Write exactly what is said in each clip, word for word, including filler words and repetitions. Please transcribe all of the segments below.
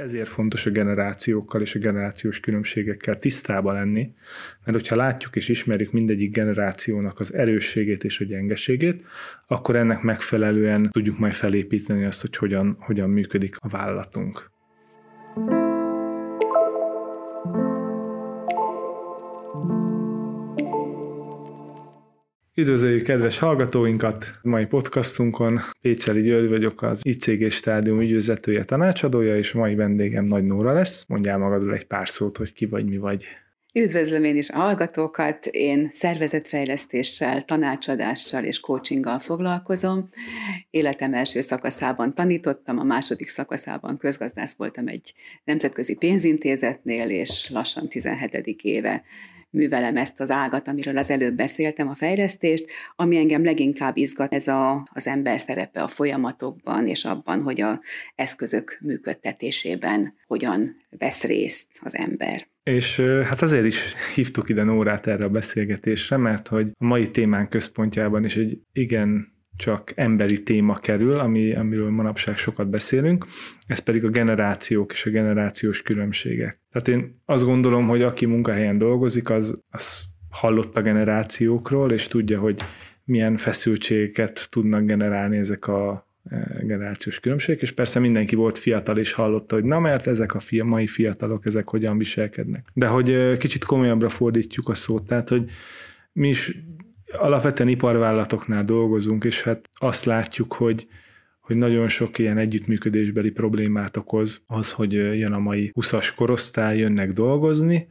ezért fontos a generációkkal és a generációs különbségekkel tisztában lenni, mert hogyha látjuk és ismerjük mindegyik generációnak az erősségét és a gyengeségét, akkor ennek megfelelően tudjuk majd felépíteni azt, hogy hogyan, hogyan működik a vállalatunk. Üdvözöljük kedves hallgatóinkat! Mai podcastunkon Pécseli György vagyok, az i cé gé Stádium ügyvezetője, tanácsadója, és mai vendégem Nagy Nóra lesz. Mondjál magadról egy pár szót, hogy ki vagy, mi vagy. Üdvözlöm én is a hallgatókat, én szervezetfejlesztéssel, tanácsadással és coachinggal foglalkozom. Életem első szakaszában tanítottam, a második szakaszában közgazdász voltam egy nemzetközi pénzintézetnél, és lassan tizenhetedik éve művelem ezt az ágat, amiről az előbb beszéltem, a fejlesztést, ami engem leginkább izgat, ez a, az ember szerepe a folyamatokban, és abban, hogy az eszközök működtetésében hogyan vesz részt az ember. És hát azért is hívtuk ide Nórát erre a beszélgetésre, mert hogy a mai témánk központjában is egy igen csak emberi téma kerül, ami, amiről manapság sokat beszélünk, ez pedig a generációk és a generációs különbségek. Tehát én azt gondolom, hogy aki munkahelyen dolgozik, az, az hallott a generációkról, és tudja, hogy milyen feszültségeket tudnak generálni ezek a generációs különbségek, és persze mindenki volt fiatal, és hallotta, hogy na, mert ezek a fia, mai fiatalok, ezek hogyan viselkednek. De hogy kicsit komolyabbra fordítjuk a szót, tehát, hogy mi is alapvetően iparvállalatoknál dolgozunk, és hát azt látjuk, hogy, hogy nagyon sok ilyen együttműködésbeli problémát okoz az, hogy jön a mai húszas korosztály, jönnek dolgozni,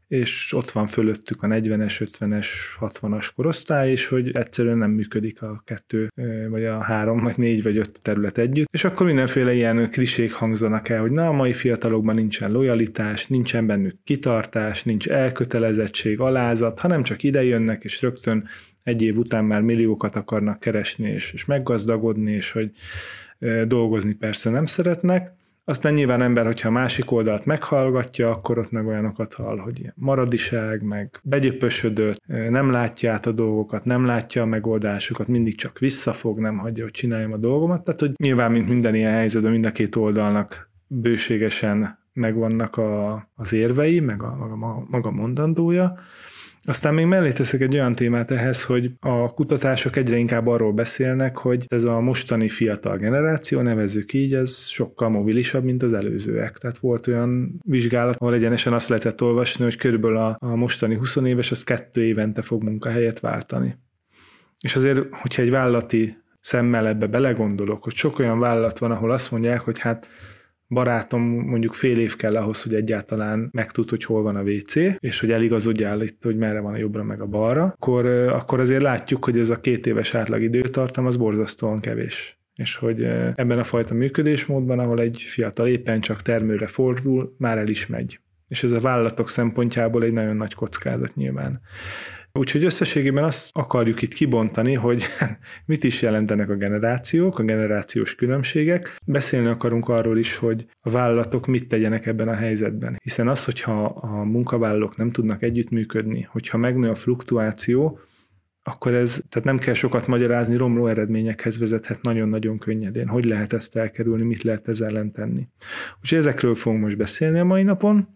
és ott van fölöttük a negyvenes, ötvenes, hatvanas korosztály, és hogy egyszerűen nem működik a kettő, vagy a három, vagy négy, vagy öt terület együtt. És akkor mindenféle ilyen klisék hangzanak el, hogy na, a mai fiatalokban nincsen lojalitás, nincsen bennük kitartás, nincs elkötelezettség, alázat, hanem csak ide jönnek, és rögtön egy év után már milliókat akarnak keresni, és, és meggazdagodni, és hogy dolgozni persze nem szeretnek. Aztán nyilván ember, hogyha a másik oldalt meghallgatja, akkor ott meg olyanokat hall, hogy ilyen maradiság, meg begyöpösödött, nem látja át a dolgokat, nem látja a megoldásokat, mindig csak visszafog, nem hagyja, hogy csináljam a dolgomat. Tehát, hogy nyilván, mint minden ilyen helyzetben, mind a két oldalnak bőségesen megvannak a, az érvei, meg a maga, maga mondandója. Aztán még mellé teszek egy olyan témát ehhez, hogy a kutatások egyre inkább arról beszélnek, hogy ez a mostani fiatal generáció, nevezzük így, ez sokkal mobilisabb, mint az előzőek. Tehát volt olyan vizsgálat, ahol egyenesen azt lehetett olvasni, hogy körülbelül a, a mostani húsz éves, az kettő évente fog munkahelyet váltani. És azért, hogyha egy vállalati szemmel ebbe belegondolok, hogy sok olyan vállalat van, ahol azt mondják, hogy hát barátom, mondjuk fél év kell ahhoz, hogy egyáltalán megtud, hogy hol van a vé cé, és hogy eligazodjál itt, hogy merre van a jobbra meg a balra, akkor, akkor azért látjuk, hogy ez a két éves átlag időtartam az borzasztóan kevés. És hogy ebben a fajta működésmódban, ahol egy fiatal éppen csak termőre fordul, már el is megy. És ez a vállalatok szempontjából egy nagyon nagy kockázat nyilván. Úgyhogy összességében azt akarjuk itt kibontani, hogy mit is jelentenek a generációk, a generációs különbségek. Beszélni akarunk arról is, hogy a vállalatok mit tegyenek ebben a helyzetben. Hiszen az, hogyha a munkavállalók nem tudnak együttműködni, hogyha megnő a fluktuáció, akkor ez, tehát nem kell sokat magyarázni, romló eredményekhez vezethet nagyon-nagyon könnyedén. Hogy lehet ezt elkerülni, mit lehet ezzel ellen tenni. Úgyhogy ezekről fogunk most beszélni a mai napon,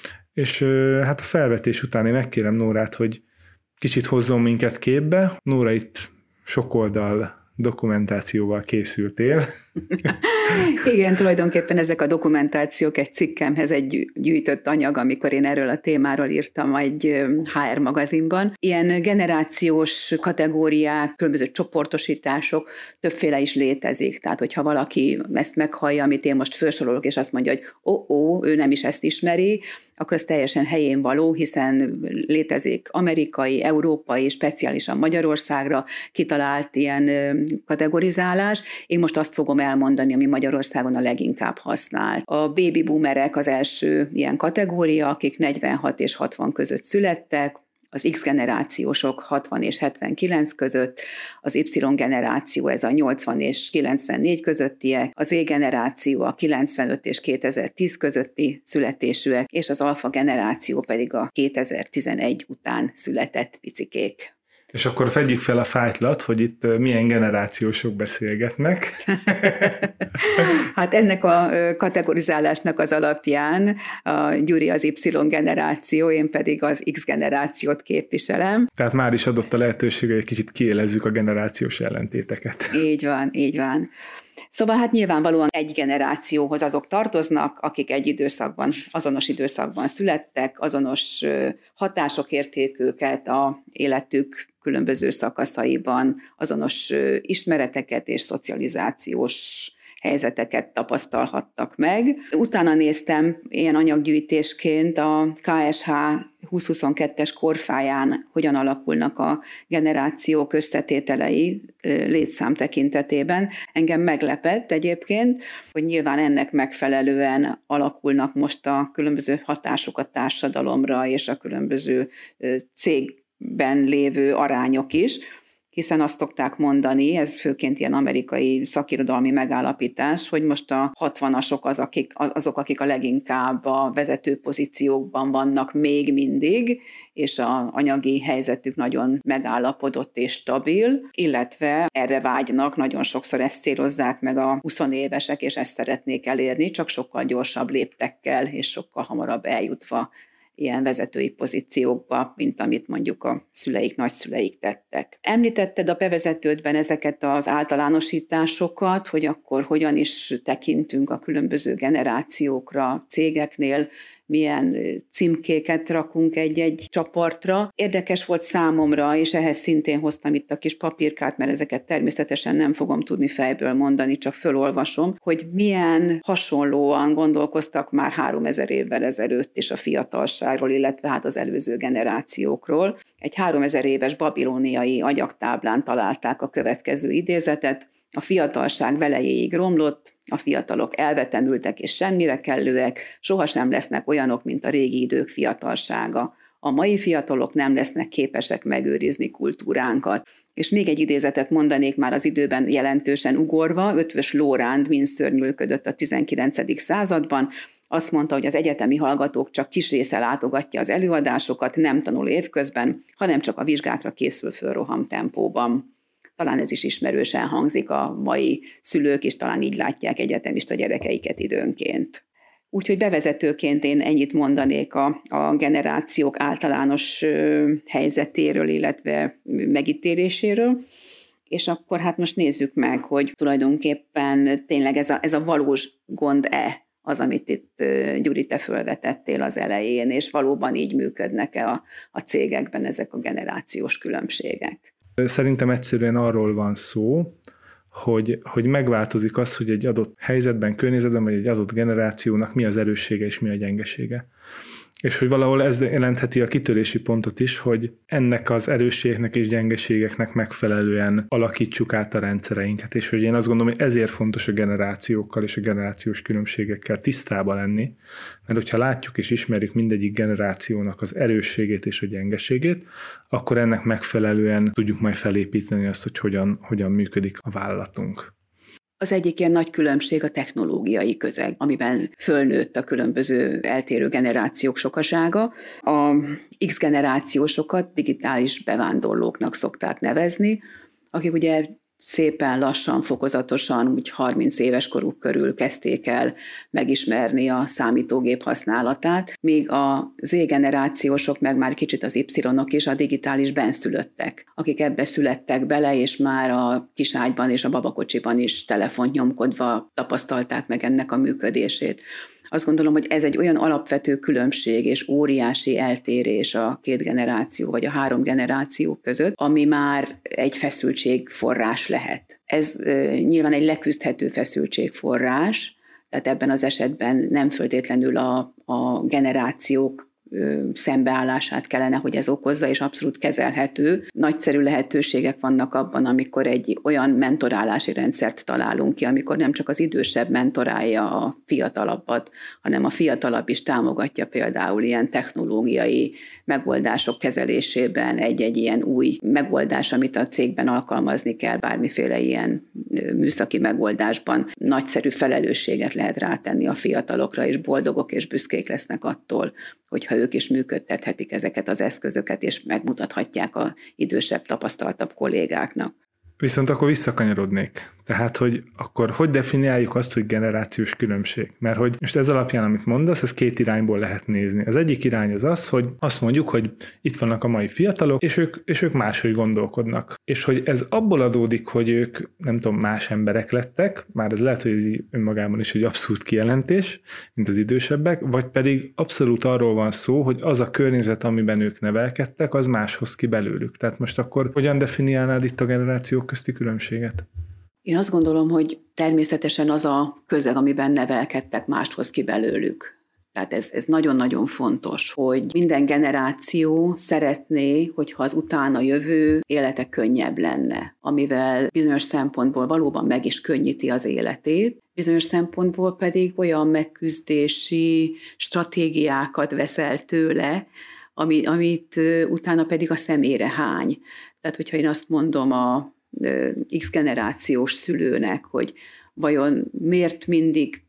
és hát a felvetés után én megkérem Nórát, hogy kicsit hozzon minket képbe. Nóra, itt sok oldal dokumentációval készültél. Igen, tulajdonképpen ezek a dokumentációk egy cikkemhez egy gyűjtött anyag, amikor én erről a témáról írtam egy há er magazinban. Ilyen generációs kategóriák, különböző csoportosítások, többféle is létezik. Tehát, hogyha valaki ezt meghallja, amit én most felsorolok, és azt mondja, hogy ó, ó, ő nem is ezt ismeri, akkor ez teljesen helyén való, hiszen létezik amerikai, európai, speciálisan Magyarországra kitalált ilyen kategorizálás. Én most azt fogom elmondani, ami Magyarországon a leginkább használ. A baby boomerek az első ilyen kategória, akik negyvenhat és hatvan között születtek, az X generációsok hatvan és hetvenkilenc között, az Y generáció ez a nyolcvan és kilencvennégy közöttiek, az Z generáció a kilencvenöt és kétezer-tíz közötti születésűek, és az alfa generáció pedig a kétezer-tizenegy után született picikék. És akkor fedjük fel a fájtlat, hogy itt milyen generációsok beszélgetnek. Hát ennek a kategorizálásnak az alapján a Gyuri az Y generáció, én pedig az X generációt képviselem. Tehát már is adott a lehetőség, hogy egy kicsit kiélezzük a generációs ellentéteket. Így van, így van. Szóval hát nyilvánvalóan egy generációhoz azok tartoznak, akik egy időszakban, azonos időszakban születtek, azonos hatások érték őket a életük különböző szakaszaiban, azonos ismereteket és szocializációs helyzeteket tapasztalhattak meg. Utána néztem ilyen anyaggyűjtésként a ká es há húsz-huszonkettes korfáján, hogyan alakulnak a generációk összetételei létszám tekintetében. Engem meglepett egyébként, hogy nyilván ennek megfelelően alakulnak most a különböző hatások a társadalomra és a különböző cégben lévő arányok is, hiszen azt szokták mondani, ez főként ilyen amerikai szakirodalmi megállapítás, hogy most a hatvanasok az, akik, azok, akik a leginkább a vezető pozíciókban vannak még mindig, és az anyagi helyzetük nagyon megállapodott és stabil, illetve erre vágynak, nagyon sokszor ezt célozzák meg a huszonévesek, és ezt szeretnék elérni, csak sokkal gyorsabb léptekkel, és sokkal hamarabb eljutva ilyen vezetői pozíciókba, mint amit mondjuk a szüleik, nagyszüleik tettek. Említetted a bevezetődben ezeket az általánosításokat, hogy akkor hogyan is tekintünk a különböző generációkra cégeknél, milyen címkéket rakunk egy-egy csoportra. Érdekes volt számomra, és ehhez szintén hoztam itt a kis papírkát, mert ezeket természetesen nem fogom tudni fejből mondani, csak fölolvasom, hogy milyen hasonlóan gondolkoztak már háromezer évvel ezelőtt is a fiatalságról, illetve hát az előző generációkról. Egy háromezer éves babilóniai agyagtáblán találták a következő idézetet: a fiatalság velejéig romlott, a fiatalok elvetemültek és semmire kellőek, sohasem lesznek olyanok, mint a régi idők fiatalsága. A mai fiatalok nem lesznek képesek megőrizni kultúránkat. És még egy idézetet mondanék már az időben jelentősen ugorva, Ötvös Lóránd mind szörnyűködött a tizenkilencedik században, azt mondta, hogy az egyetemi hallgatók csak kis része látogatja az előadásokat, nem tanul évközben, hanem csak a vizsgákra készül föl rohamtempóban. Talán ez is ismerősen hangzik, a mai szülők is talán így látják egyetemista gyerekeiket időnként. Úgyhogy bevezetőként én ennyit mondanék a, a generációk általános helyzetéről, illetve megítéléséről. És akkor hát most nézzük meg, hogy tulajdonképpen tényleg ez a, ez a valós gond-e az, amit itt Gyuri, te fölvetettél az elején, és valóban így működnek-e a, a cégekben ezek a generációs különbségek. Szerintem egyszerűen arról van szó, hogy, hogy megváltozik az, hogy egy adott helyzetben, környezetben, vagy egy adott generációnak mi az erőssége és mi a gyengesége. És hogy valahol ez jelentheti a kitörési pontot is, hogy ennek az erősségeknek és gyengeségeknek megfelelően alakítsuk át a rendszereinket. És hogy én azt gondolom, hogy ezért fontos a generációkkal és a generációs különbségekkel tisztában lenni, mert hogyha látjuk és ismerjük mindegyik generációnak az erősségét és a gyengeségét, akkor ennek megfelelően tudjuk majd felépíteni azt, hogy hogyan, hogyan működik a vállalatunk. Az egyik ilyen nagy különbség a technológiai közeg, amiben fölnőtt a különböző eltérő generációk sokasága. A X generációsokat digitális bevándorlóknak szokták nevezni, akik ugye szépen lassan, fokozatosan, úgy harminc éves koruk körül kezdték el megismerni a számítógép használatát, míg a Z-generációsok, meg már kicsit az Y-ok is a digitális benszülöttek, akik ebbe születtek bele, és már a kiságyban és a babakocsiban is telefont nyomkodva tapasztalták meg ennek a működését. Azt gondolom, hogy ez egy olyan alapvető különbség és óriási eltérés a két generáció vagy a három generáció között, ami már egy feszültségforrás lehet. Ez e, nyilván egy leküzdhető feszültségforrás, tehát ebben az esetben nem feltétlenül a, a generációk szembeállását kellene, hogy ez okozza, és abszolút kezelhető. Nagyszerű lehetőségek vannak abban, amikor egy olyan mentorálási rendszert találunk ki, amikor nem csak az idősebb mentorálja a fiatalabbat, hanem a fiatalabb is támogatja például ilyen technológiai megoldások kezelésében egy-egy ilyen új megoldás, amit a cégben alkalmazni kell, bármiféle ilyen műszaki megoldásban nagyszerű felelősséget lehet rátenni a fiatalokra, és boldogok és büszkék lesznek attól, hogyha ők is működtethetik ezeket az eszközöket, és megmutathatják az idősebb, tapasztaltabb kollégáknak. Viszont akkor visszakanyarodnék. Tehát, hogy akkor hogy definiáljuk azt, hogy generációs különbség? Mert hogy most ez alapján, amit mondasz, ez két irányból lehet nézni. Az egyik irány az az, hogy azt mondjuk, hogy itt vannak a mai fiatalok, és ők, és ők máshogy gondolkodnak. És hogy ez abból adódik, hogy ők, nem tudom, más emberek lettek, már ez lehet, hogy ez önmagában is egy abszolút kijelentés, mint az idősebbek, vagy pedig abszolút arról van szó, hogy az a környezet, amiben ők nevelkedtek, az máshoz ki belőlük. Tehát most akkor hogyan definiálnád itt a generációk közti különbséget? Én azt gondolom, hogy természetesen az a közeg, amiben nevelkedtek, mást hoz ki belőlük. Tehát ez, ez nagyon-nagyon fontos, hogy minden generáció szeretné, hogyha az utána jövő élete könnyebb lenne, amivel bizonyos szempontból valóban meg is könnyíti az életét, bizonyos szempontból pedig olyan megküzdési stratégiákat vesz el tőle, ami, amit utána pedig a szemére hány. Tehát, hogyha én azt mondom a X generációs szülőnek, hogy vajon miért mindig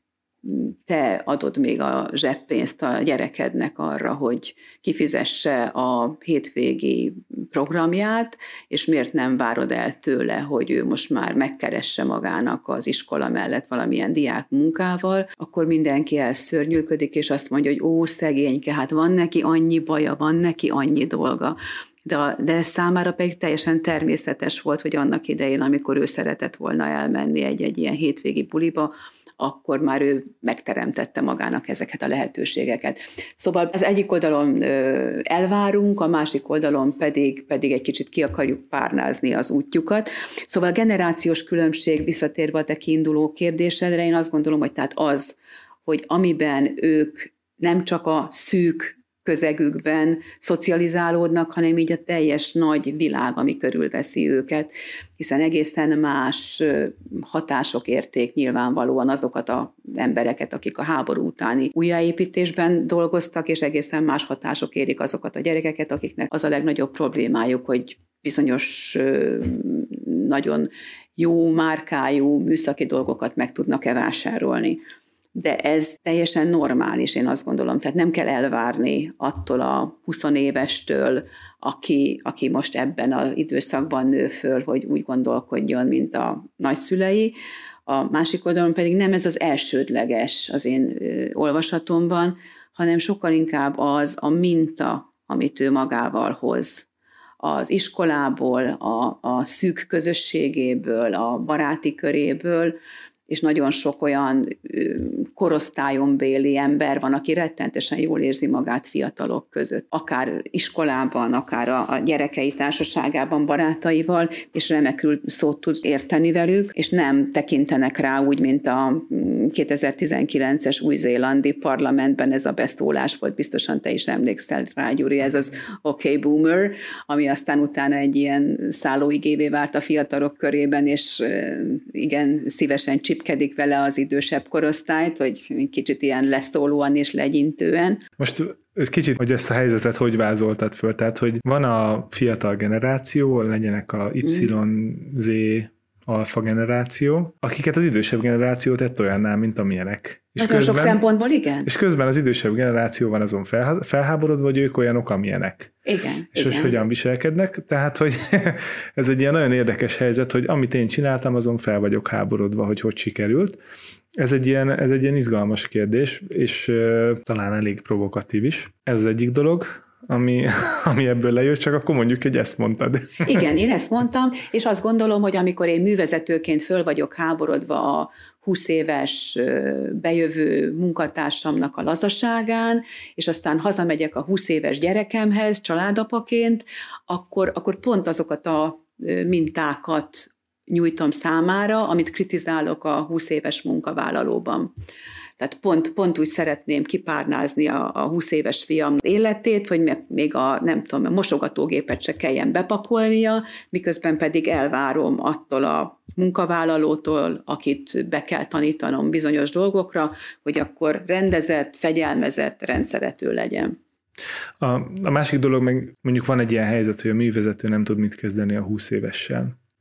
te adod még a zseppénzt a gyerekednek arra, hogy kifizesse a hétvégi programját, és miért nem várod el tőle, hogy ő most már megkeresse magának az iskola mellett valamilyen diák munkával, akkor mindenki elszörnyűködik, és azt mondja, hogy ó, szegényke, hát van neki annyi baja, van neki annyi dolga. De, de ez számára pedig teljesen természetes volt, hogy annak idején, amikor ő szeretett volna elmenni egy-egy ilyen hétvégi buliba, akkor már ő megteremtette magának ezeket a lehetőségeket. Szóval az egyik oldalon elvárunk, a másik oldalon pedig, pedig egy kicsit ki akarjuk párnázni az útjukat. Szóval a generációs különbség, visszatérve a te kiinduló kérdésedre, én azt gondolom, hogy tehát az, hogy amiben ők nem csak a szűk közegükben szocializálódnak, hanem így a teljes nagy világ, ami körülveszi őket, hiszen egészen más hatások érték nyilvánvalóan azokat az embereket, akik a háború utáni újjáépítésben dolgoztak, és egészen más hatások érik azokat a gyerekeket, akiknek az a legnagyobb problémájuk, hogy bizonyos nagyon jó márkájú műszaki dolgokat meg tudnak-e vásárolni. De ez teljesen normális, én azt gondolom. Tehát nem kell elvárni attól a huszonévestől, aki, aki most ebben az időszakban nő föl, hogy úgy gondolkodjon, mint a nagyszülei. A másik oldalon pedig nem ez az elsődleges az én olvasatomban, hanem sokkal inkább az a minta, amit ő magával hoz. Az iskolából, a, a szűk közösségéből, a baráti köréből, és nagyon sok olyan korosztályonbéli ember van, aki rettentesen jól érzi magát fiatalok között. Akár iskolában, akár a gyerekei társaságában, barátaival, és remekül szót tud érteni velük, és nem tekintenek rá úgy, mint a kétezer-tizenkilences új-zélandi parlamentben ez a beszólás volt, biztosan te is emlékszel rá, Gyuri, ez az OK Boomer, ami aztán utána egy ilyen szállóigévé vált a fiatalok körében, és igen, szívesen csipkedik vele az idősebb korosztályt, hogy kicsit ilyen leszólóan és legyintően. Most kicsit, hogy ezt a helyzetet hogy vázoltad föl, tehát, hogy van a fiatal generáció, legyenek a Y, Z, alfa generáció, akiket az idősebb generáció tett olyanná, mint amilyenek. És nagyon közben, sok szempontból igen. És közben az idősebb generáció van azon felháborodva, hogy ők olyanok, amilyenek. Igen. És igen. hogy hogyan viselkednek. Tehát, hogy ez egy ilyen nagyon érdekes helyzet, hogy amit én csináltam, azon fel vagyok háborodva, hogy hogy sikerült. Ez egy ilyen, ez egy ilyen izgalmas kérdés, és uh, talán elég provokatív is. Ez az egyik dolog, ami, ami ebből lejött, csak akkor mondjuk, hogy ezt mondtad. Igen, én ezt mondtam, és azt gondolom, hogy amikor én művezetőként föl vagyok háborodva a húsz éves bejövő munkatársamnak a lazaságán, és aztán hazamegyek a húsz éves gyerekemhez családapaként, akkor, akkor pont azokat a mintákat nyújtom számára, amit kritizálok a húsz éves munkavállalóban. Tehát pont, pont úgy szeretném kipárnázni a, a húsz éves fiam életét, hogy még a, nem tudom, a mosogatógépet se kelljen bepakolnia, miközben pedig elvárom attól a munkavállalótól, akit be kell tanítanom bizonyos dolgokra, hogy akkor rendezett, fegyelmezett, rendszerető legyen. A, a másik dolog meg mondjuk van egy ilyen helyzet, hogy a művezető nem tud mit kezdeni a húsz évessel.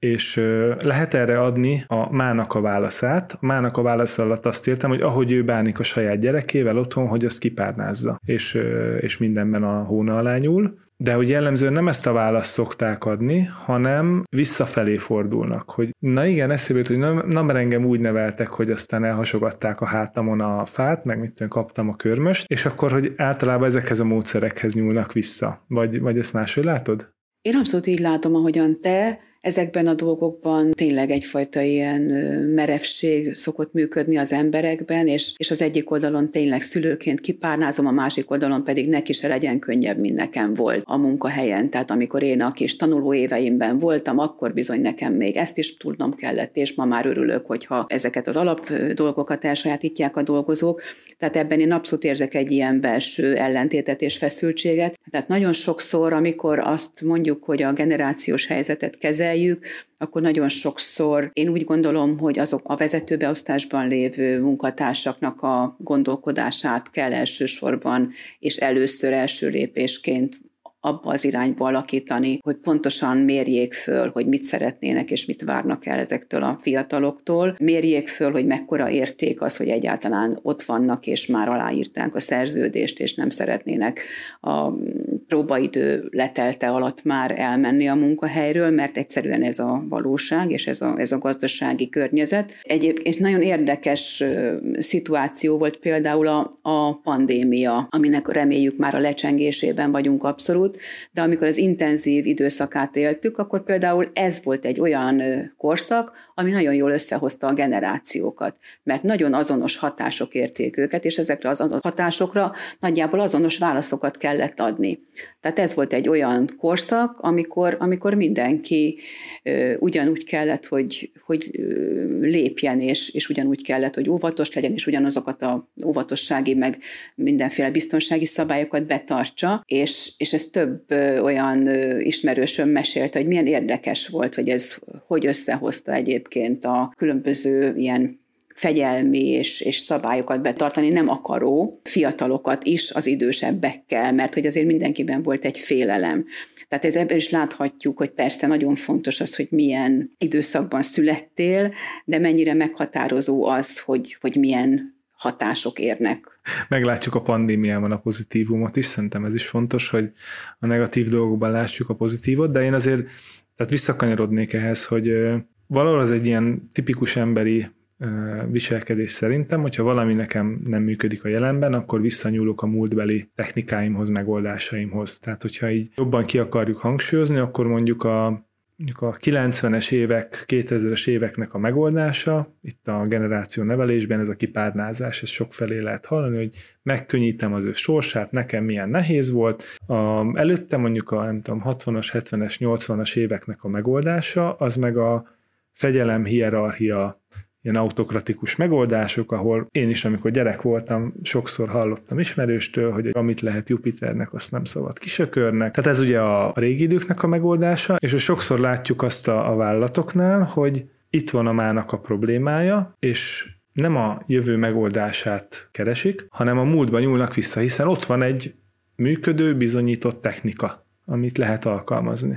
és lehet erre adni a mának a válaszát. A mának a válasz alatt azt értem, hogy ahogy ő bánik a saját gyerekével otthon, hogy azt kipárnázza, és, és mindenben a hóna alá nyúl. De hogy jellemzően nem ezt a választ szokták adni, hanem visszafelé fordulnak, hogy na igen, eszébe jut, hogy na, na mert engem úgy neveltek, hogy aztán elhasogatták a hátamon a fát, meg mit tudom, kaptam a körmöst, és akkor, hogy általában ezekhez a módszerekhez nyúlnak vissza. Vagy, vagy ezt máshogy látod? Én abszolút így látom, ahogyan te. Ezekben a dolgokban tényleg egyfajta ilyen merevség szokott működni az emberekben, és, és az egyik oldalon tényleg szülőként kipárnázom, a másik oldalon pedig neki se legyen könnyebb, mint nekem volt a munkahelyen. Tehát amikor én a kis tanuló éveimben voltam, akkor bizony nekem még ezt is tudnom kellett, és ma már örülök, hogyha ezeket az alap dolgokat elsajátítják a dolgozók. Tehát ebben én abszolút érzek egy ilyen belső ellentétet és feszültséget. Tehát nagyon sokszor, amikor azt mondjuk, hogy a generációs helyzetet kezel, akkor nagyon sokszor én úgy gondolom, hogy azok a vezetőbeosztásban lévő munkatársaknak a gondolkodását kell elsősorban és először első lépésként abba az irányba alakítani, hogy pontosan mérjék föl, hogy mit szeretnének és mit várnak el ezektől a fiataloktól. Mérjék föl, hogy mekkora érték az, hogy egyáltalán ott vannak, és már aláírták a szerződést, és nem szeretnének a próbaidő letelte alatt már elmenni a munkahelyről, mert egyszerűen ez a valóság, és ez a, ez a gazdasági környezet. Egyébként nagyon érdekes szituáció volt például a, a pandémia, aminek reméljük már a lecsengésében vagyunk abszolút, de amikor az intenzív időszakát éltük, akkor például ez volt egy olyan korszak, ami nagyon jól összehozta a generációkat, mert nagyon azonos hatások érték őket, és ezekre az hatásokra nagyjából azonos válaszokat kellett adni. Tehát ez volt egy olyan korszak, amikor, amikor mindenki ö, ugyanúgy kellett, hogy, hogy lépjen, és, és ugyanúgy kellett, hogy óvatos legyen, és ugyanazokat a óvatossági, meg mindenféle biztonsági szabályokat betartsa, és, és ez több ö, olyan ö, ismerősöm mesélte, hogy milyen érdekes volt, hogy ez hogy összehozta egyébként a különböző ilyen fegyelmi és, és szabályokat betartani nem akaró fiatalokat is az idősebbekkel, mert hogy azért mindenkiben volt egy félelem. Tehát ez ebből is láthatjuk, hogy persze nagyon fontos az, hogy milyen időszakban születtél, de mennyire meghatározó az, hogy, hogy milyen hatások érnek. Meglátjuk a pandémiában a pozitívumot is, szerintem ez is fontos, hogy a negatív dolgokban lássuk a pozitívot, de én azért tehát visszakanyarodnék ehhez, hogy valahol az egy ilyen tipikus emberi viselkedés szerintem, hogyha valami nekem nem működik a jelenben, akkor visszanyúlok a múltbeli technikáimhoz, megoldásaimhoz. Tehát, hogyha így jobban ki akarjuk hangsúlyozni, akkor mondjuk a, mondjuk a kilencvenes évek, kétezres éveknek a megoldása, itt a generáció nevelésben ez a kipárnázás, ez sokfelé lehet hallani, hogy megkönnyítem az ő sorsát, nekem milyen nehéz volt. A, előtte mondjuk a nem tudom, hatvanas, hetvenes, nyolcvanas éveknek a megoldása, az meg a fegyelem, hierarchia, ilyen autokratikus megoldások, ahol én is, amikor gyerek voltam, sokszor hallottam ismerőstől, hogy amit lehet Jupiternek, azt nem szabad kisökörnek. Tehát ez ugye a régi időknek a megoldása, és sokszor látjuk azt a, a vállalatoknál, hogy itt van a mának a problémája, és nem a jövő megoldását keresik, hanem a múltba nyúlnak vissza, hiszen ott van egy működő, bizonyított technika, amit lehet alkalmazni.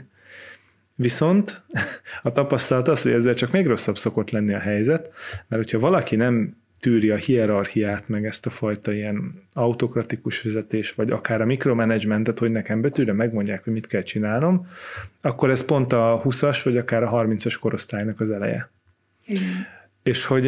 Viszont a tapasztalat az, hogy ezzel csak még rosszabb szokott lenni a helyzet, mert hogyha valaki nem tűri a hierarchiát, meg ezt a fajta ilyen autokratikus vezetés, vagy akár a mikromanagementet, hogy nekem betűre megmondják, hogy mit kell csinálnom, akkor ez pont a huszas, vagy akár a harmincas korosztálynak az eleje. Mm. És hogy,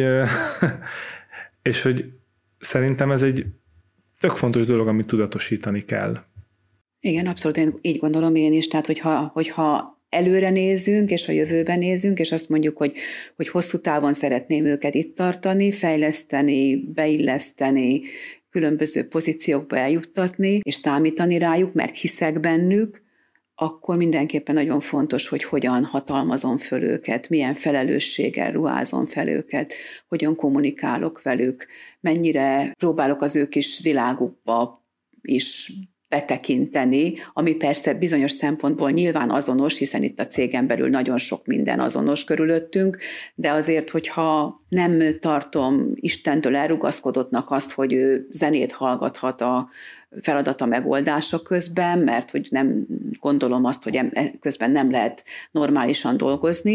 és hogy szerintem ez egy tök fontos dolog, amit tudatosítani kell. Igen, abszolút, én így gondolom én is, tehát hogyha, hogyha előre nézünk, és a jövőben nézünk, és azt mondjuk, hogy, hogy hosszú távon szeretném őket itt tartani, fejleszteni, beilleszteni, különböző pozíciókba eljuttatni, és számítani rájuk, mert hiszek bennük, akkor mindenképpen nagyon fontos, hogy hogyan hatalmazom föl őket, milyen felelősséggel ruházom fel őket, hogyan kommunikálok velük, mennyire próbálok az ő kis világukba is betekinteni, ami persze bizonyos szempontból nyilván azonos, hiszen itt a cégen belül nagyon sok minden azonos körülöttünk, de azért, hogyha nem tartom Istentől elrugaszkodottnak azt, hogy ő zenét hallgathat a feladata megoldása közben, mert hogy nem gondolom azt, hogy közben nem lehet normálisan dolgozni,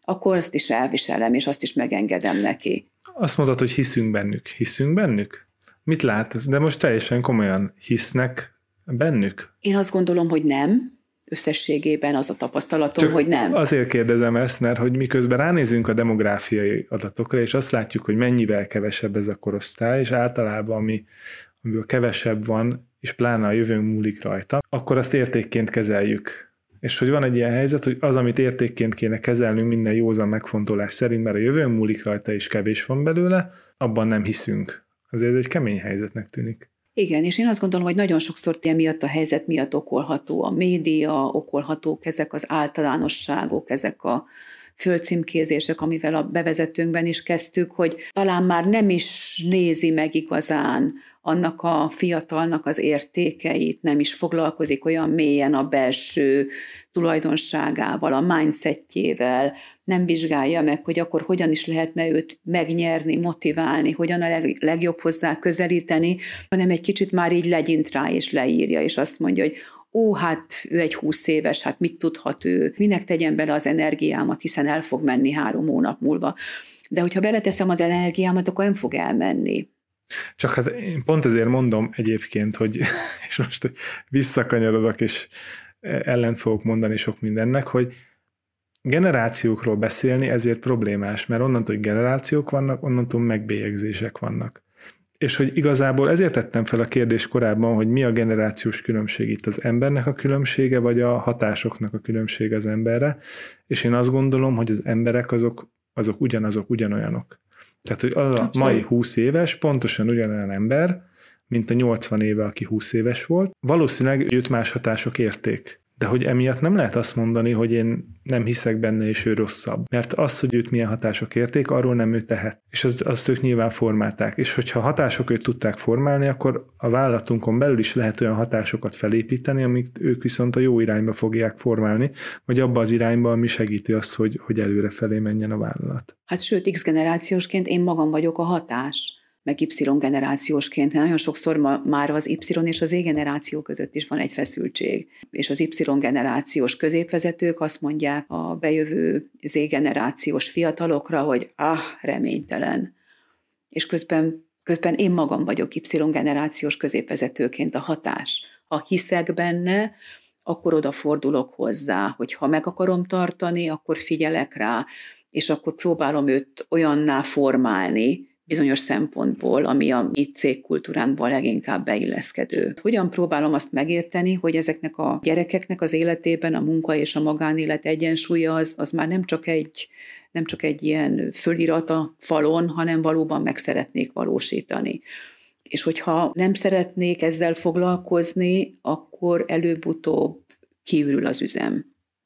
akkor azt is elviselem, és azt is megengedem neki. Azt mondod, hogy hiszünk bennük. Hiszünk bennük? Mit lát? De most teljesen komolyan hisznek bennük? Én azt gondolom, hogy nem. Összességében az a tapasztalatom, Csak hogy nem. Azért kérdezem ezt, mert hogy miközben ránézünk a demográfiai adatokra, és azt látjuk, hogy mennyivel kevesebb ez a korosztály, és általában ami, amiből kevesebb van, és pláne a jövőnk múlik rajta, akkor azt értékként kezeljük. És hogy van egy ilyen helyzet, hogy az, amit értékként kéne kezelnünk minden józan megfontolás szerint, mert a jövőnk múlik rajta, és kevés van belőle, abban nem hiszünk. Azért egy kemény helyzetnek tűnik. Igen, és én azt gondolom, hogy nagyon sokszor emiatt a helyzet miatt okolható a média, okolhatók ezek az általánosságok, ezek a földcímkézések, amivel a bevezetőnkben is kezdtük, hogy talán már nem is nézi meg igazán annak a fiatalnak az értékeit, nem is foglalkozik olyan mélyen a belső tulajdonságával, a mindsetjével, nem vizsgálja meg, hogy akkor hogyan is lehetne őt megnyerni, motiválni, hogyan a leg, legjobb hozzá közelíteni, hanem egy kicsit már így legyint rá és leírja, és azt mondja, hogy ó, hát ő egy húsz éves, hát mit tudhat ő, minek tegyen bele az energiámat, hiszen el fog menni három hónap múlva. De hogyha beleteszem az energiámat, akkor nem fog elmenni. Csak hát én pont ezért mondom egyébként, hogy, és most visszakanyarodok, és ellent fogok mondani sok mindennek, hogy generációkról beszélni ezért problémás, mert onnantól, hogy generációk vannak, onnantól megbélyegzések vannak. És hogy igazából ezért tettem fel a kérdést korábban, hogy mi a generációs különbség itt, az embernek a különbsége, vagy a hatásoknak a különbsége az emberre, és én azt gondolom, hogy az emberek azok, azok ugyanazok, ugyanolyanok. Tehát, hogy az a mai húsz éves pontosan ugyanolyan ember, mint a nyolcvan éve, aki húsz éves volt. Valószínűleg őt más hatások érték. De hogy emiatt nem lehet azt mondani, hogy én nem hiszek benne, és ő rosszabb. Mert az, hogy őt milyen hatások érték, arról nem ő tehet. És azt, azt ők nyilván formálták. És hogyha hatások őt tudták formálni, akkor a vállalatunkon belül is lehet olyan hatásokat felépíteni, amit ők viszont a jó irányba fogják formálni, vagy abba az irányba, ami segíti azt, hogy, hogy előrefelé menjen a vállalat. Hát sőt, X generációsként én magam vagyok a hatás, meg Y generációsként. Nagyon sokszor ma, már az Y és az Z generáció között is van egy feszültség. És az Y generációs középvezetők azt mondják a bejövő Z generációs fiatalokra, hogy ah, reménytelen. És közben, közben én magam vagyok Y generációs középvezetőként a hatás. Ha hiszek benne, akkor odafordulok hozzá, hogy ha meg akarom tartani, akkor figyelek rá, és akkor próbálom őt olyanná formálni, bizonyos szempontból, ami a mi cégkultúránkban leginkább beilleszkedő. Hogyan próbálom azt megérteni, hogy ezeknek a gyerekeknek az életében a munka és a magánélet egyensúlya az, az már nem csak egy, nem csak egy ilyen fölirat a falon, hanem valóban meg szeretnék valósítani. És hogyha nem szeretnék ezzel foglalkozni, akkor előbb-utóbb kiürül az üzem.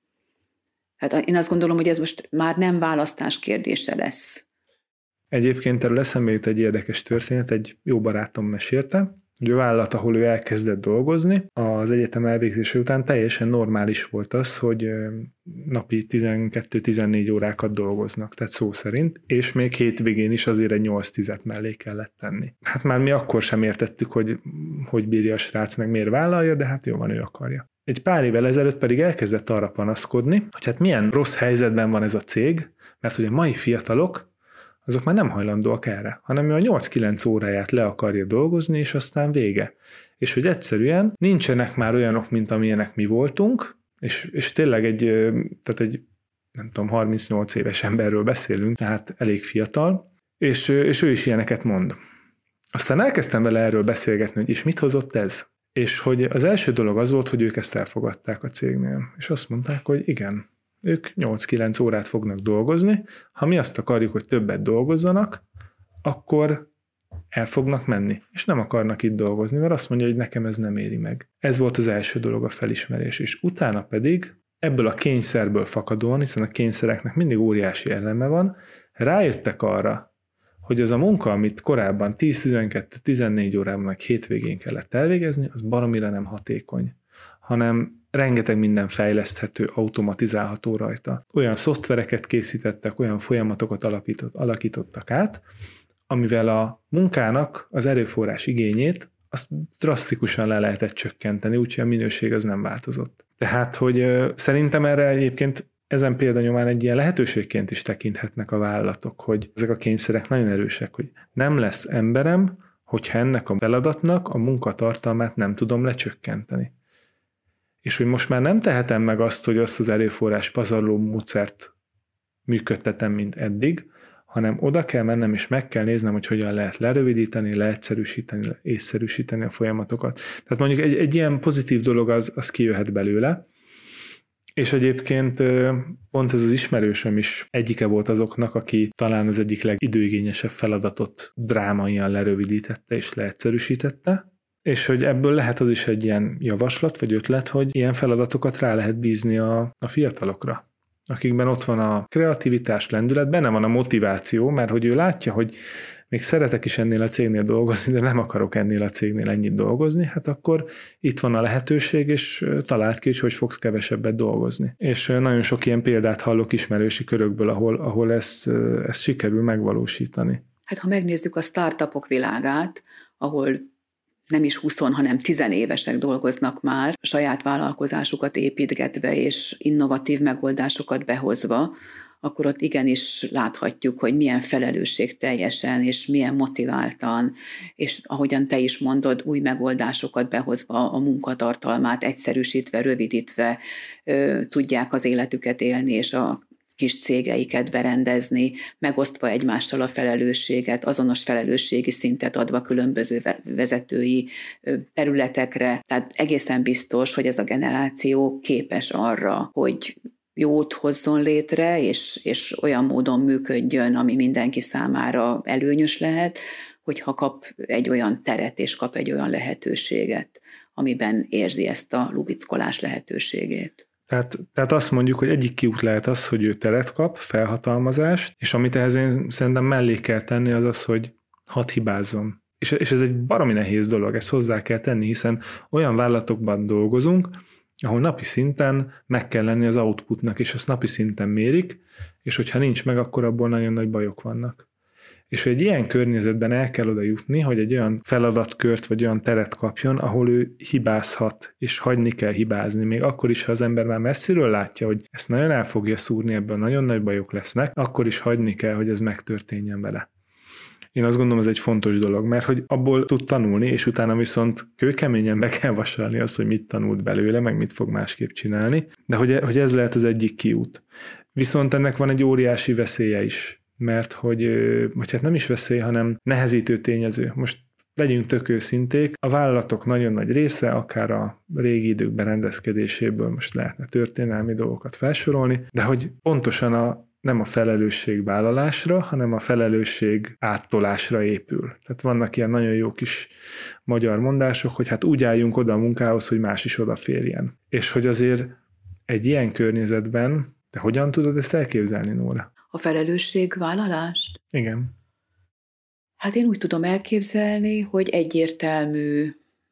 Hát én azt gondolom, hogy ez most már nem választás kérdése lesz. Egyébként erről eszembe jut egy érdekes történet, egy jó barátom mesélte, hogy a vállalat, ahol ő elkezdett dolgozni, az egyetem elvégzése után teljesen normális volt az, hogy napi tizenkettő-tizennégy órákat dolgoznak, tehát szó szerint, és még hétvégén is azért egy nyolc-tízet mellé kellett tenni. Hát már mi akkor sem értettük, hogy hogy bírja a srác, meg miért vállalja, de hát jó van, ő akarja. Egy pár évvel ezelőtt pedig elkezdett arra panaszkodni, hogy hát milyen rossz helyzetben van ez a cég, mert hogy a mai fiatalok azok már nem hajlandóak erre, hanem ő a nyolc-kilenc óráját le akarja dolgozni, és aztán vége. És hogy egyszerűen nincsenek már olyanok, mint amilyenek mi voltunk, és, és tényleg egy, tehát egy, nem tudom, harmincnyolc éves emberről beszélünk, tehát elég fiatal, és, és ő is ilyeneket mond. Aztán elkezdtem vele erről beszélgetni, hogy és mit hozott ez? És hogy az első dolog az volt, hogy ők ezt elfogadták a cégnél, és azt mondták, hogy igen, ők nyolc-kilenc órát fognak dolgozni, ha mi azt akarjuk, hogy többet dolgozzanak, akkor el fognak menni, és nem akarnak itt dolgozni, mert azt mondja, hogy nekem ez nem éri meg. Ez volt az első dolog, a felismerés, és utána pedig ebből a kényszerből fakadóan, hiszen a kényszereknek mindig óriási eleme van, rájöttek arra, hogy az a munka, amit korábban tíz-tizenkettő-tizennégy órában meg hétvégén kellett elvégezni, az baromira nem hatékony, hanem rengeteg minden fejleszthető, automatizálható rajta. Olyan szoftvereket készítettek, olyan folyamatokat alapított, alakítottak át, amivel a munkának az erőforrás igényét azt drasztikusan le lehetett csökkenteni, úgyhogy a minőség az nem változott. Tehát, hogy szerintem erre egyébként ezen példanyomán egy ilyen lehetőségként is tekinthetnek a vállalatok, hogy ezek a kényszerek nagyon erősek, hogy nem lesz emberem, hogyha ennek a feladatnak a munkatartalmát nem tudom lecsökkenteni. És hogy most már nem tehetem meg azt, hogy azt az erőforrás pazarló módszert működtetem, mint eddig, hanem oda kell mennem, és meg kell néznem, hogy hogyan lehet lerövidíteni, leegyszerűsíteni, észszerűsíteni a folyamatokat. Tehát mondjuk egy, egy ilyen pozitív dolog az, az kijöhet belőle, és egyébként pont ez az ismerősöm is egyike volt azoknak, aki talán az egyik legidőigényesebb feladatot drámaian lerövidítette és leegyszerűsítette, és hogy ebből lehet az is egy ilyen javaslat vagy ötlet, hogy ilyen feladatokat rá lehet bízni a, a fiatalokra, akikben ott van a kreativitás, lendület, benne van a motiváció, mert hogy ő látja, hogy még szeretek is ennél a cégnél dolgozni, de nem akarok ennél a cégnél ennyit dolgozni, hát akkor itt van a lehetőség, és találd ki, hogy hogy fogsz kevesebbet dolgozni. És nagyon sok ilyen példát hallok ismerősi körökből, ahol, ahol ezt, ezt sikerül megvalósítani. Hát ha megnézzük a startupok világát, ahol nem is húsz, hanem tizenévesek dolgoznak már, saját vállalkozásukat építgetve és innovatív megoldásokat behozva, akkor ott igenis láthatjuk, hogy milyen felelősségteljesen és milyen motiváltan, és ahogyan te is mondod, új megoldásokat behozva a munkatartalmát, egyszerűsítve, rövidítve tudják az életüket élni, és a kis cégeiket berendezni, megosztva egymással a felelősséget, azonos felelősségi szintet adva különböző vezetői területekre. Tehát egészen biztos, hogy ez a generáció képes arra, hogy jót hozzon létre, és, és olyan módon működjön, ami mindenki számára előnyös lehet, hogyha kap egy olyan teret, és kap egy olyan lehetőséget, amiben érzi ezt a lubickolás lehetőségét. Tehát, tehát azt mondjuk, hogy egyik kiút lehet az, hogy ő teret kap, felhatalmazást, és amit ehhez én szerintem mellé kell tenni, az az, hogy hadd hibázzon. És, és ez egy baromi nehéz dolog, ezt hozzá kell tenni, hiszen olyan vállalatokban dolgozunk, ahol napi szinten meg kell lenni az outputnak, és azt napi szinten mérik, és hogyha nincs meg, akkor abból nagyon nagy bajok vannak. És hogy egy ilyen környezetben el kell oda jutni, hogy egy olyan feladatkört, vagy olyan teret kapjon, ahol ő hibázhat, és hagyni kell hibázni, még akkor is, ha az ember már messziről látja, hogy ezt nagyon el fogja szúrni, ebből nagyon nagy bajok lesznek, akkor is hagyni kell, hogy ez megtörténjen vele. Én azt gondolom, ez egy fontos dolog, mert hogy abból tud tanulni, és utána viszont kőkeményen be kell vasalni azt, hogy mit tanult belőle, meg mit fog másképp csinálni, de hogy, hogy ez lehet az egyik kiút. Viszont ennek van egy óriási veszélye is, mert hogy, vagy hát nem is veszély, hanem nehezítő tényező. Most legyünk tök őszinték, a vállalatok nagyon nagy része, akár a régi idők berendezkedéséből most lehetne történelmi dolgokat felsorolni, de hogy pontosan a nem a felelősségvállalásra, hanem a felelősség áttolásra épül. Tehát vannak ilyen nagyon jó kis magyar mondások, hogy hát úgy álljunk oda a munkához, hogy más is odaférjen. És hogy azért egy ilyen környezetben, te hogyan tudod ezt elképzelni, Nóra? A felelősségvállalást? Igen. Hát én úgy tudom elképzelni, hogy egyértelmű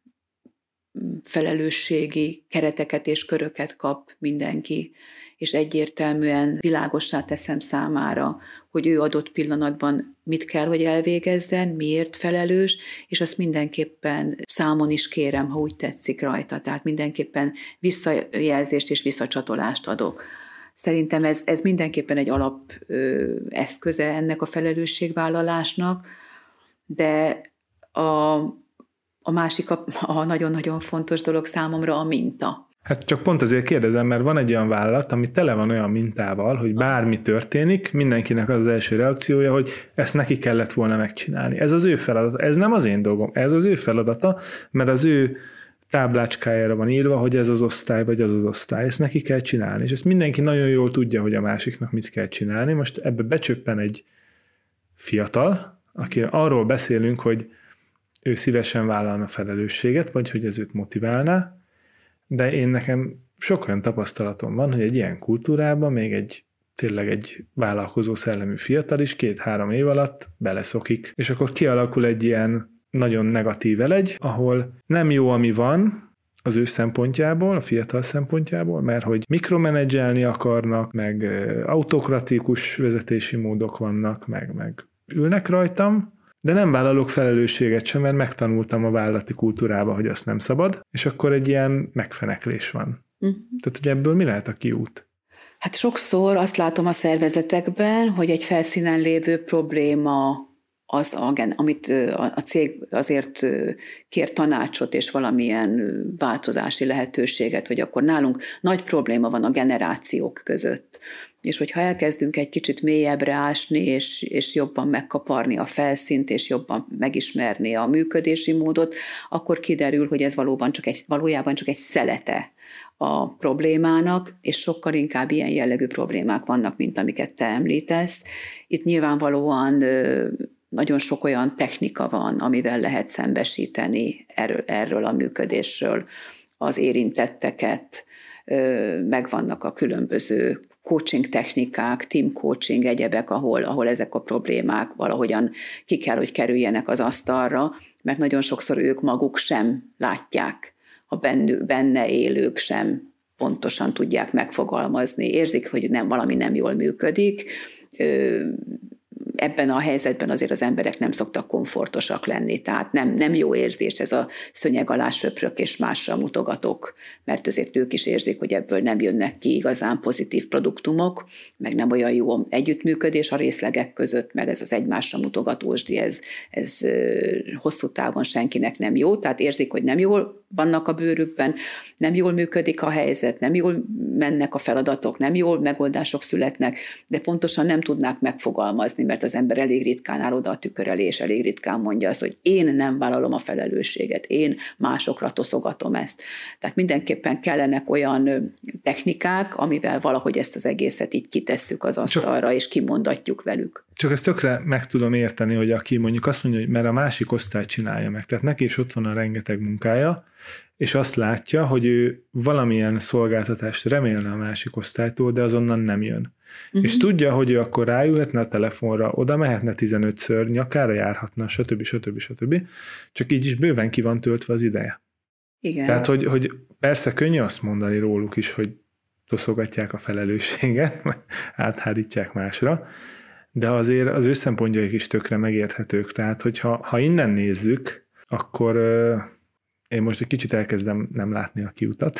felelősségi kereteket és köröket kap mindenki, és egyértelműen világossá teszem számára, hogy ő adott pillanatban mit kell, hogy elvégezzen, miért felelős, és azt mindenképpen számon is kérem, ha úgy tetszik rajta, tehát mindenképpen visszajelzést és visszacsatolást adok. Szerintem ez, ez mindenképpen egy alap ö, eszköze ennek a felelősségvállalásnak, de a, a másik, a, a nagyon-nagyon fontos dolog számomra a minta. Hát csak pont azért kérdezem, mert van egy olyan vállalat, ami tele van olyan mintával, hogy bármi történik, mindenkinek az az első reakciója, hogy ezt neki kellett volna megcsinálni. Ez az ő feladata, ez nem az én dolgom, ez az ő feladata, mert az ő táblácskájára van írva, hogy ez az osztály, vagy az az osztály, ezt neki kell csinálni, és ezt mindenki nagyon jól tudja, hogy a másiknak mit kell csinálni. Most ebbe becsöppen egy fiatal, aki arról beszélünk, hogy ő szívesen vállalna felelősséget, vagy hogy ez őt motiválná, de én nekem sok olyan tapasztalatom van, hogy egy ilyen kultúrában még egy tényleg egy vállalkozó szellemű fiatal is két-három év alatt beleszokik, és akkor kialakul egy ilyen nagyon negatív elegy, ahol nem jó, ami van az ő szempontjából, a fiatal szempontjából, mert hogy mikromenedzselni akarnak, meg autokratikus vezetési módok vannak, meg, meg ülnek rajtam, de nem vállalok felelősséget sem, mert megtanultam a vállalati kultúrába, hogy azt nem szabad, és akkor egy ilyen megfeneklés van. Uh-huh. Tehát, hogy ebből mi lehet a kiút? Hát sokszor azt látom a szervezetekben, hogy egy felszínen lévő probléma az, amit a cég azért kér tanácsot és valamilyen változási lehetőséget, hogy akkor nálunk nagy probléma van a generációk között. És hogyha elkezdünk egy kicsit mélyebbre ásni, és, és jobban megkaparni a felszínt, és jobban megismerni a működési módot, akkor kiderül, hogy ez valóban csak egy, valójában csak egy szelete a problémának, és sokkal inkább ilyen jellegű problémák vannak, mint amiket te említesz. Itt nyilvánvalóan nagyon sok olyan technika van, amivel lehet szembesíteni erről, erről a működésről az érintetteket, megvannak a különböző coaching technikák, team coaching, egyebek, ahol, ahol ezek a problémák valahogyan ki kell, hogy kerüljenek az asztalra, mert nagyon sokszor ők maguk sem látják, a bennük, benne élők sem pontosan tudják megfogalmazni, érzik, hogy nem, valami nem jól működik. Ebben a helyzetben azért az emberek nem szoktak komfortosak lenni, tehát nem, nem jó érzés ez a szönyeg alá söprök és másra mutogatok, mert azért ők is érzik, hogy ebből nem jönnek ki igazán pozitív produktumok, meg nem olyan jó együttműködés a részlegek között, meg ez az egymásra mutogatósdi, ez, ez hosszú távon senkinek nem jó, tehát érzik, hogy nem jól vannak a bőrükben, nem jól működik a helyzet, nem jól mennek a feladatok, nem jól megoldások születnek, de pontosan nem tudnák megfogalmazni, mert az ember elég ritkán áll oda a tükör elé, és elég ritkán mondja azt, hogy én nem vállalom a felelősséget, én másokra toszogatom ezt. Tehát mindenképpen kellenek olyan technikák, amivel valahogy ezt az egészet így kitesszük az asztalra, és kimondatjuk velük. Csak ezt tökre meg tudom érteni, hogy aki mondjuk azt mondja, hogy mert a másik osztály csinálja meg, tehát neki is ott van a rengeteg munkája, és azt látja, hogy ő valamilyen szolgáltatást remélne a másik osztálytól, de azonnan nem jön. Uh-huh. És tudja, hogy ő akkor ráülhetne a telefonra, oda mehetne tizenötször, nyakára járhatna, stb. stb. stb. Csak így is bőven ki van töltve az ideje. Igen. Tehát, hogy, hogy persze könnyű azt mondani róluk is, hogy toszogatják a felelősséget, áthárítják másra, de azért az ő szempontjaik is tökre megérthetők. Tehát, hogyha ha innen nézzük, akkor én most egy kicsit elkezdem nem látni a kiutat.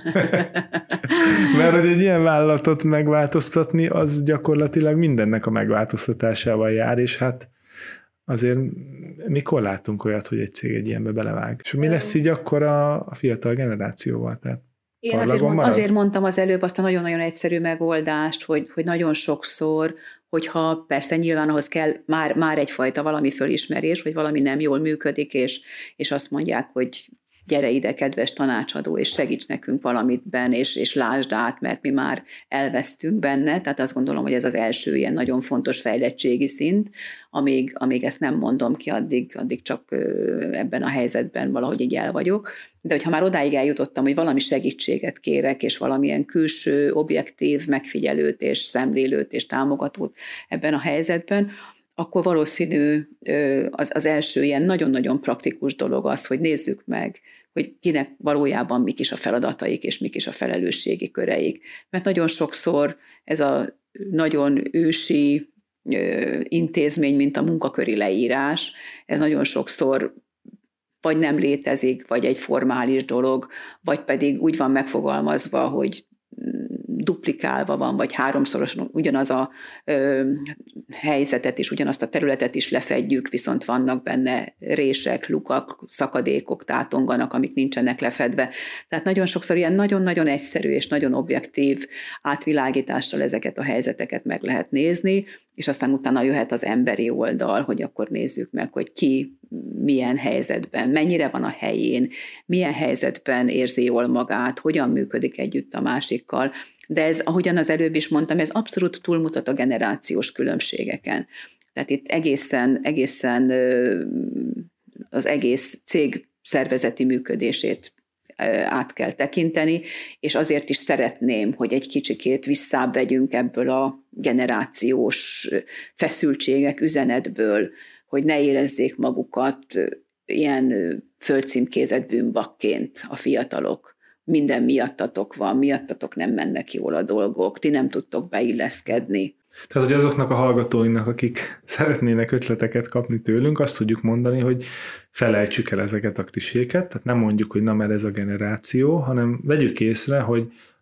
Mert hogy egy ilyen vállalatot megváltoztatni, az gyakorlatilag mindennek a megváltoztatásával jár, és hát azért mikor látunk olyat, hogy egy cég egy ilyenbe belevág? És mi lesz így akkor a, a fiatal generációval? Tehát Én azért, mond, azért mondtam az előbb azt a nagyon-nagyon egyszerű megoldást, hogy, hogy nagyon sokszor, hogyha persze nyilván ahhoz kell már, már egyfajta valami fölismerés, hogy valami nem jól működik, és, és azt mondják, hogy gyere ide, kedves tanácsadó, és segíts nekünk valamitben, és, és lásd át, mert mi már elvesztünk benne. Tehát azt gondolom, hogy ez az első ilyen nagyon fontos fejlettségi szint, amíg, amíg ezt nem mondom ki, addig, addig csak ebben a helyzetben valahogy így el vagyok. De hogyha már odáig eljutottam, hogy valami segítséget kérek, és valamilyen külső, objektív megfigyelőt, és szemlélőt, és támogatót ebben a helyzetben, akkor valószínű az, az első ilyen nagyon-nagyon praktikus dolog az, hogy nézzük meg, hogy kinek valójában mik is a feladataik, és mik is a felelősségi köreik. Mert nagyon sokszor ez a nagyon ősi intézmény, mint a munkaköri leírás, ez nagyon sokszor vagy nem létezik, vagy egy formális dolog, vagy pedig úgy van megfogalmazva, hogy duplikálva van, vagy háromszorosan ugyanaz a ö, helyzetet és ugyanazt a területet is lefedjük, viszont vannak benne rések, lukak, szakadékok tátonganak, amik nincsenek lefedve. Tehát nagyon sokszor ilyen nagyon-nagyon egyszerű és nagyon objektív átvilágítással ezeket a helyzeteket meg lehet nézni, és aztán utána jöhet az emberi oldal, hogy akkor nézzük meg, hogy ki milyen helyzetben, mennyire van a helyén, milyen helyzetben érzi jól magát, hogyan működik együtt a másikkal. De ez, ahogyan az előbb is mondtam, ez abszolút túlmutat a generációs különbségeken. Tehát itt egészen, egészen az egész cég szervezeti működését át kell tekinteni, és azért is szeretném, hogy egy kicsikét visszább vegyünk ebből a generációs feszültségek üzenetből, hogy ne érezzék magukat ilyen földcímkézett bűnbakként a fiatalok. Minden miattatok van, miattatok nem mennek jól a dolgok, ti nem tudtok beilleszkedni. Tehát, hogy azoknak a hallgatóinknak, akik szeretnének ötleteket kapni tőlünk, azt tudjuk mondani, hogy felejtsük el ezeket a kliséket, tehát nem mondjuk, hogy na, mert ez a generáció, hanem vegyük észre, hogy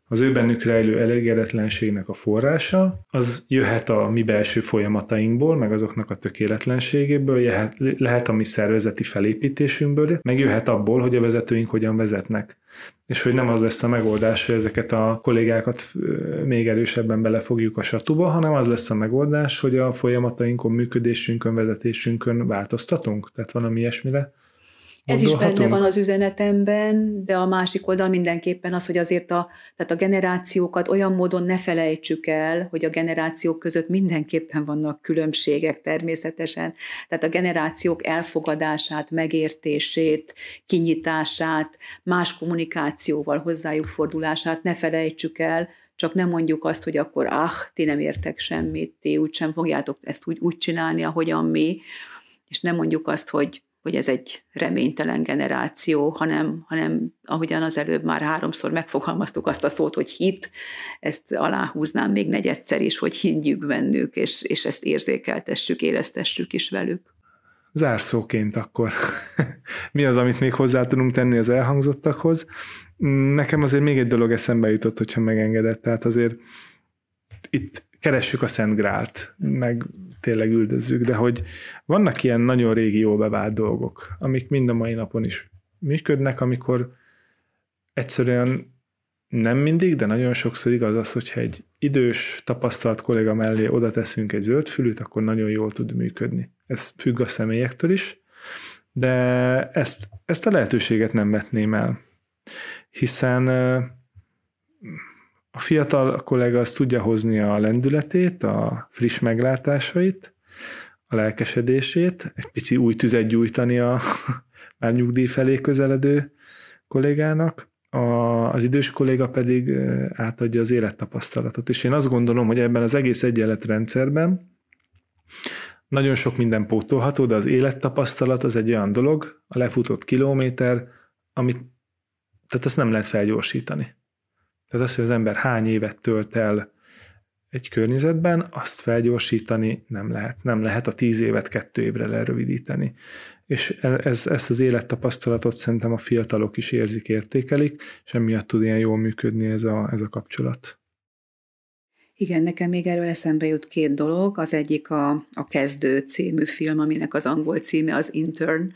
az ő bennük rejlő elégedetlenségnek a forrása, az jöhet a mi belső folyamatainkból, meg azoknak a tökéletlenségéből, jöhet, lehet a mi szervezeti felépítésünkből, meg jöhet abból, hogy a vezetőink hogyan vezetnek. És hogy nem az lesz a megoldás, hogy ezeket a kollégákat még erősebben belefogjuk a satuba, hanem az lesz a megoldás, hogy a folyamatainkon, működésünkön, vezetésünkön változtatunk. Tehát valami ilyesmire. Ez is benne van az üzenetemben, de a másik oldal mindenképpen az, hogy azért a, tehát a generációkat olyan módon ne felejtsük el, hogy a generációk között mindenképpen vannak különbségek természetesen. Tehát a generációk elfogadását, megértését, kinyitását, más kommunikációval hozzájuk fordulását ne felejtsük el, csak nem mondjuk azt, hogy akkor ah, ti nem értek semmit, ti úgysem fogjátok ezt úgy, úgy csinálni, ahogyan mi, és nem mondjuk azt, hogy hogy ez egy reménytelen generáció, hanem, hanem ahogyan az előbb már háromszor megfogalmaztuk azt a szót, hogy hit, ezt aláhúznám még negyedszer is, hogy higgyük bennük, és, és ezt érzékeltessük, éreztessük is velük. Zárszóként akkor mi az, amit még hozzá tudunk tenni az elhangzottakhoz? Nekem azért még egy dolog eszembe jutott, hogyha megengedett, tehát azért itt keressük a Szent Grált, meg tényleg üldözzük, de hogy vannak ilyen nagyon régi, jól bevált dolgok, amik mind a mai napon is működnek, amikor egyszerűen nem mindig, de nagyon sokszor igaz az, hogyha egy idős, tapasztalt kolléga mellé oda teszünk egy zöldfülűt, akkor nagyon jól tud működni. Ez függ a személyektől is, de ezt, ezt a lehetőséget nem vetném el, hiszen a fiatal kollega az tudja hozni a lendületét, a friss meglátásait, a lelkesedését, egy pici új tüzet gyújtani a már nyugdíj felé közeledő kollégának, a, az idős kolléga pedig átadja az élettapasztalatot. És én azt gondolom, hogy ebben az egész egyenletrendszerben nagyon sok minden pótolható, de az élettapasztalat az egy olyan dolog, a lefutott kilométer, amit, tehát azt nem lehet felgyorsítani. Tehát az, hogy az ember hány évet tölt el egy környezetben, azt felgyorsítani nem lehet. Nem lehet a tíz évet kettő évre lerövidíteni. És ez, ezt az élettapasztalatot szerintem a fiatalok is érzik, értékelik, és emiatt tud ilyen jól működni ez a, ez a kapcsolat. Igen, nekem még erről eszembe jut két dolog. Az egyik a, a Kezdő című film, aminek az angol címe az Intern,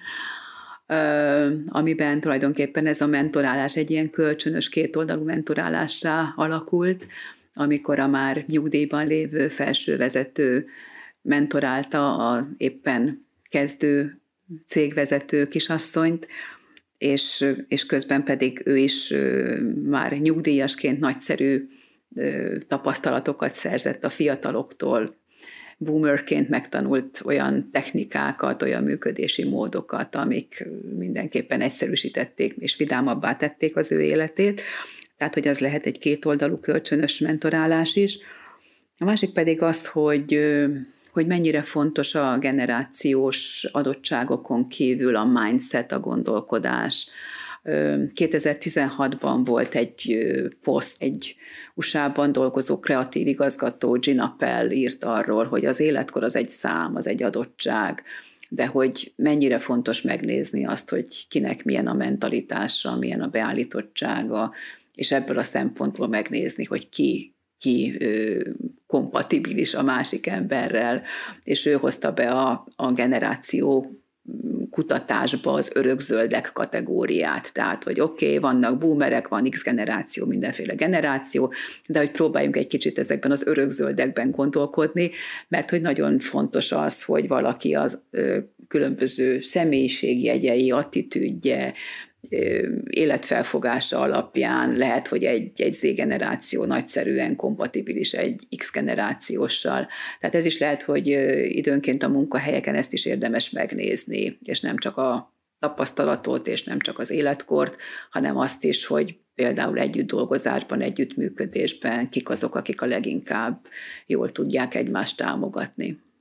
amiben tulajdonképpen ez a mentorálás egy ilyen kölcsönös kétoldalú mentorálássá alakult, amikor a már nyugdíjban lévő felsővezető mentorálta az éppen kezdő cégvezető kisasszonyt, és, és közben pedig ő is már nyugdíjasként nagyszerű tapasztalatokat szerzett a fiataloktól, boomerként megtanult olyan technikákat, olyan működési módokat, amik mindenképpen egyszerűsítették és vidámabbá tették az ő életét. Tehát, hogy az lehet egy kétoldalú kölcsönös mentorálás is. A másik pedig az, hogy, hogy mennyire fontos a generációs adottságokon kívül a mindset, a gondolkodás. kétezer-tizenhatban volt egy poszt, egy u es á-ban dolgozó kreatív igazgató, Gina Pell írt arról, hogy az életkor az egy szám, az egy adottság, de hogy mennyire fontos megnézni azt, hogy kinek milyen a mentalitása, milyen a beállítottsága, és ebből a szempontból megnézni, hogy ki, ki ö, kompatibilis a másik emberrel, és ő hozta be a, a generáció kutatásba az örökzöldek kategóriát. Tehát, hogy oké, okay, vannak boomerek, van X generáció, mindenféle generáció, de hogy próbáljunk egy kicsit ezekben az örökzöldekben gondolkodni, mert hogy nagyon fontos az, hogy valaki az ö, különböző személyiségjegyei, attitűdje, életfelfogása alapján lehet, hogy egy, egy Z-generáció nagyszerűen kompatibilis egy X-generációssal. Tehát ez is lehet, hogy időnként a munkahelyeken ezt is érdemes megnézni, és nem csak a tapasztalatot, és nem csak az életkort, hanem azt is, hogy például együtt dolgozásban, együttműködésben kik azok, akik a leginkább jól tudják egymást támogatni.